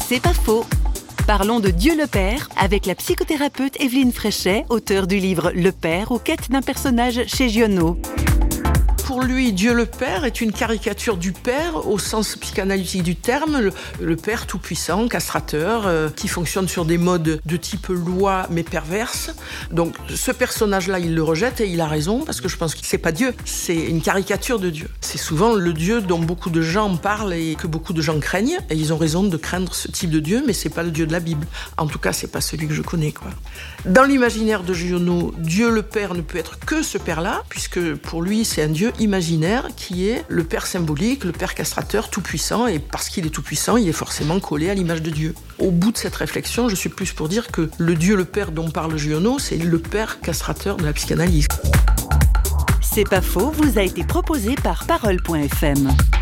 C'est pas faux. Parlons de Dieu le Père avec la psychothérapeute Evelyne Fréchet, auteure du livre Le Père aux quêtes d'un personnage chez Giono. Pour lui, Dieu le Père est une caricature du Père au sens psychanalytique du terme, le Père tout-puissant, castrateur, qui fonctionne sur des modes de type loi mais perverse. Donc ce personnage-là, il le rejette et il a raison parce que je pense que c'est pas Dieu, c'est une caricature de Dieu. C'est souvent le Dieu dont beaucoup de gens parlent et que beaucoup de gens craignent et ils ont raison de craindre ce type de Dieu, mais c'est pas le Dieu de la Bible. En tout cas, c'est pas celui que je connais, quoi. Dans l'imaginaire de Giono, Dieu le Père ne peut être que ce Père-là, puisque pour lui, c'est un Dieu imaginaire qui est le Père symbolique, le Père castrateur tout-puissant, et parce qu'il est tout-puissant, il est forcément collé à l'image de Dieu. Au bout de cette réflexion, je suis plus pour dire que le Dieu le Père dont parle Giono, c'est le Père castrateur de la psychanalyse. C'est pas faux, vous a été proposé par Parole.fm.